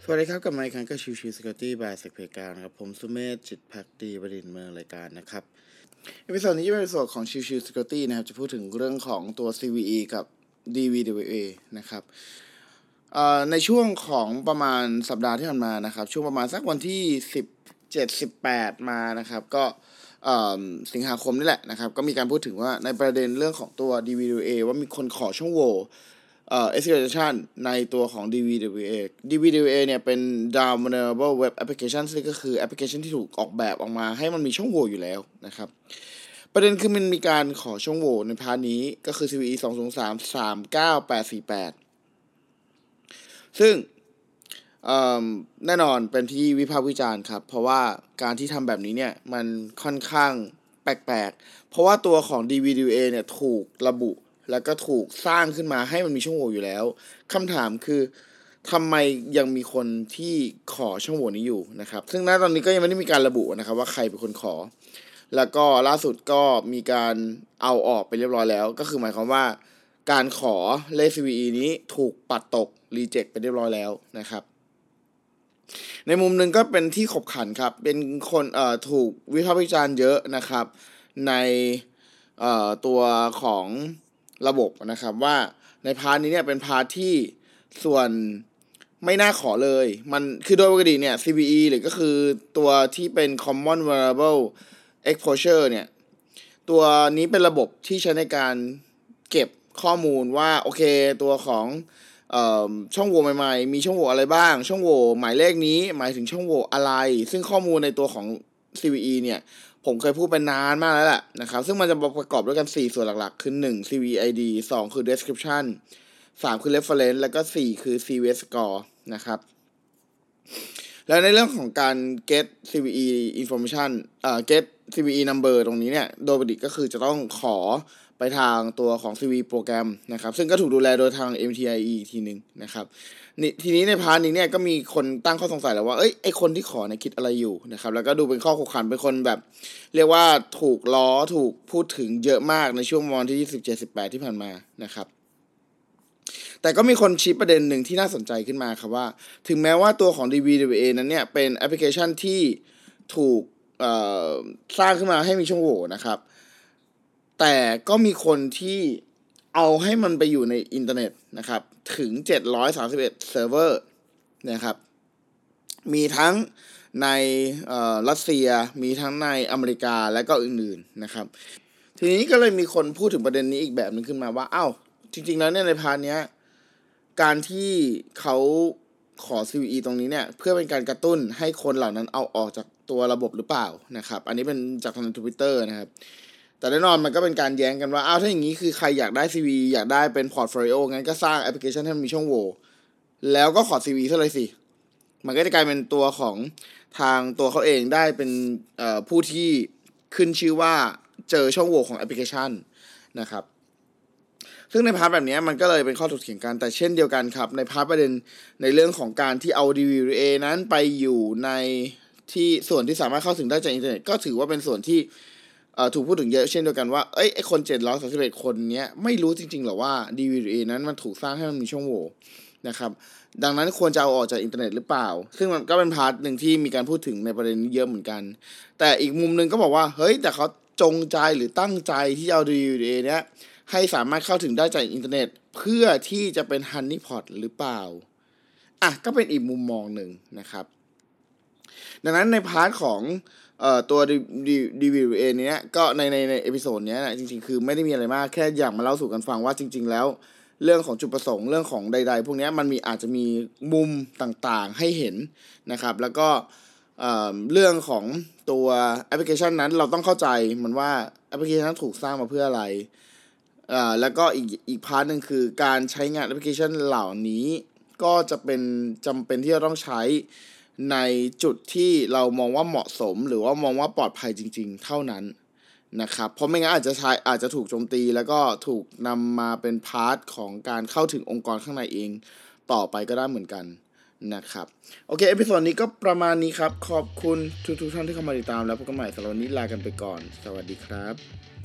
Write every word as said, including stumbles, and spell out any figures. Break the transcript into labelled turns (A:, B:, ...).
A: สวัสดีครับกลับมาอีกครั้งก็ชิวชิว Security by เซกเพกานะครับผมสุเมธจิตภักดีบดินทร์เมืองรายการนะครับเอพิโซดนี้จะเป็นเอพิโซดของชิวชิว Security นะครับจะพูดถึงเรื่องของตัว ซี วี อี กับ ดี วี ดับเบิลยู เอ นะครับในช่วงของประมาณสัปดาห์ที่ผ่านมานะครับช่วงประมาณสักวันที่สิบเจ็ด สิบแปดมานะครับก็สิงหาคมนี่แหละนะครับก็มีการพูดถึงว่าในประเด็นเรื่องของตัว ดี วี ดับเบิลยู เอ ว่ามีคนขอช่องโหว่เอ่อ exploitation ในตัวของ ดี วี ดับเบิลยู เอ ดี วี ดับเบิลยู เอ เนี่ยเป็น down vulnerable web application ซึ่งก็คือแอปพลิเคชันที่ถูกออกแบบออกมาให้มันมีช่องโหว่อยู่แล้วนะครับประเด็นคือมันมีการขอช่องโหว่ในพาร์ทนี้ก็คือ ซี วี อี สอง ศูนย์ สาม สาม เก้า แปด สี่ แปดซึ่งแน่นอนเป็นที่วิพากษ์วิจารณ์ครับเพราะว่าการที่ทำแบบนี้เนี่ยมันค่อนข้างแปลกๆเพราะว่าตัวของ ดี วี ดับเบิลยู เอ เนี่ยถูกระบุแล้วก็ถูกสร้างขึ้นมาให้มันมีช่องโหว่อยู่แล้วคำถามคือทำไมยังมีคนที่ขอช่องโหว่นี้อยู่นะครับซึ่งณตอนนี้ก็ยังไม่ได้มีการระบุนะครับว่าใครเป็นคนขอแล้วก็ล่าสุดก็มีการเอาออกไปเรียบร้อยแล้วก็คือหมายความว่าการขอเลข ซี วี อี นี้ถูกปัดตก reject ไปเรียบร้อยแล้วนะครับในมุมหนึ่งก็เป็นที่ขบขันครับเป็นคนเอ่อถูกวิพากษ์วิจารณ์เยอะนะครับในเอ่อตัวของระบบนะครับว่าในพาร์ทนี้เนี่ยเป็นพาร์ทที่ส่วนไม่น่าขอเลยมันคือโดยปกติเนี่ย ซี วี อี หรือก็คือตัวที่เป็น Common Vulnerable Exposure เนี่ยตัวนี้เป็นระบบที่ใช้ในการเก็บข้อมูลว่าโอเคตัวของเอ่อช่องโหว่ใหม่ๆมีช่องโหว่อะไรบ้างช่องโหว่หมายเลขนี้หมายถึงช่องโหว่อะไรซึ่งข้อมูลในตัวของ ซี วี อี เนี่ยผมเคยพูดไปนานมากแล้วแหละนะครับซึ่งมันจะประกอบด้วยกันสี่ส่วนหลักๆคือหนึ่ง ซี วี ไอ ดี สองคือ description สามคือ reference แล้วก็สี่คือ ซี วี เอส score นะครับแล้วในเรื่องของการ get ซี วี อี information เอ่อ get ซี วี อี number ตรงนี้เนี่ยโดยปกติก็คือจะต้องขอไปทางตัวของ ซี วี โปรแกรมนะครับซึ่งก็ถูกดูแลโดยทาง เอ็ม ที ไอ อี อีกทีนึงนะครับนี่ทีนี้ในพาร์ทนี้เนี่ยก็มีคนตั้งข้อสงสัยแล้วว่าเอ้ยไอคนที่ขอเนี่ยคิดอะไรอยู่นะครับแล้วก็ดูเป็นข้อขบขันเป็นคนแบบเรียกว่าถูกล้อถูกพูดถึงเยอะมากในช่วงวันที่สิบเจ็ด สิบแปดที่ผ่านมานะครับแต่ก็มีคนชี้ประเด็นหนึ่งที่น่าสนใจขึ้นมาครับว่าถึงแม้ว่าตัวของ ดี วี ดับเบิลยู เอ นั้นเนี่ยเป็นแอปพลิเคชันที่ถูกสร้างขึ้นมาให้มีช่องโหว่นะครับแต่ก็มีคนที่เอาให้มันไปอยู่ในอินเทอร์เน็ตนะครับถึงเจ็ดร้อยสามสิบเอ็ดเซิร์ฟเวอร์นะครับมีทั้งในรัสเซียมีทั้งในอเมริกาและก็อื่นๆนะครับทีนี้ก็เลยมีคนพูดถึงประเด็นนี้อีกแบบนึงขึ้นมาว่าอ้าวจริงๆแล้วเนี่ยในพาร์ทเนี้ยการที่เขาขอ ซี วี อี ตรงนี้เนี่ยเพื่อเป็นการกระตุ้นให้คนเหล่านั้นเอาออกจากตัวระบบหรือเปล่านะครับอันนี้เป็นจากทาง Twitter นะครับแต่แน่นอนมันก็เป็นการแย้งกันว่าอ้าวถ้าอย่างนี้คือใครอยากได้ ซี วี อยากได้เป็นพอร์ตโฟลิโองั้นก็สร้างแอปพลิเคชันให้มันมีช่องโหว่แล้วก็ขอ ซี วี ซะเลยสิมันก็จะกลายเป็นตัวของทางตัวเขาเองได้เป็นผู้ที่ขึ้นชื่อว่าเจอช่องโหว่ของแอปพลิเคชันนะครับซึ่งในพาร์ทแบบนี้มันก็เลยเป็นข้อถกเถียงกันแต่เช่นเดียวกันครับในพาร์ทประเด็นในเรื่องของการที่เอา ดี วี ดับเบิลยู เอ นั้นไปอยู่ในที่ส่วนที่สามารถเข้าถึงได้จากอินเทอร์เน็ตก็ถือว่าเป็นส่วนที่ถูกพูดถึงเยอะเช่นเดียวกันว่าเอ้ยไอคนเจ็ดร้อยสามสิบเอ็ดคนเนี้ยไม่รู้จริงๆหรอว่า ดี วี ดับเบิลยู เอ นั้นมันถูกสร้างให้มันมีช่องโหว่นะครับดังนั้นควรจะเอาออกจากอินเทอร์เน็ตหรือเปล่าซึ่งมันก็เป็นพาร์ทหนึ่งที่มีการพูดถึงในประเด็นนี้เยอะเหมือนกันแต่อีกมุมนึงก็บอกว่าเฮ้ยแต่เขาจงใจหรือตั้งใจที่เอา ดี วี ดับเบิลยู เอ เนี้ยให้สามารถเข้าถึงได้จากอินเทอร์เน็ตเพื่อที่จะเป็นฮันนี่พอตหรือเปล่าอ่ะก็เป็นอีกมุมมองหนึ่งนะครับดังนั้นในพาร์ทของเอ่อตัว ดี วี ดับเบิลยู เอ เนี้ยก็ในในในเอพิโซดเนี้ยนะจริงๆคือไม่ได้มีอะไรมากแค่อยากมาเล่าสู่กันฟังว่าจริงๆแล้วเรื่องของจุดประสงค์เรื่องของใดๆพวกนี้มันมีอาจจะมีมุมต่างๆให้เห็นนะครับแล้วก็เอ่อเรื่องของตัวแอปพลิเคชันนั้นเราต้องเข้าใจมันว่าแอปพลิเคชันนั้นถูกสร้างมาเพื่ออะไรอ่าแล้วก็อีกอีกพาร์ทนึงคือการใช้งานแอปพลิเคชันเหล่านี้ก็จะเป็นจำเป็นที่จะต้องใช้ในจุดที่เรามองว่าเหมาะสมหรือว่ามองว่าปลอดภัยจริงๆเท่านั้นนะครับเพราะไม่งั้นอาจจะใช้อาจจะถูกโจมตีแล้วก็ถูกนำมาเป็นพาร์ทของการเข้าถึงองค์กรข้างในเองต่อไปก็ได้เหมือนกันนะครับโอเคเอพิโซดนี้ก็ประมาณนี้ครับขอบคุณทุกๆท่านที่เข้ามาติดตามแล้วพบกันใหม่สำหรับวันนี้ลากันไปก่อนสวัสดีครับ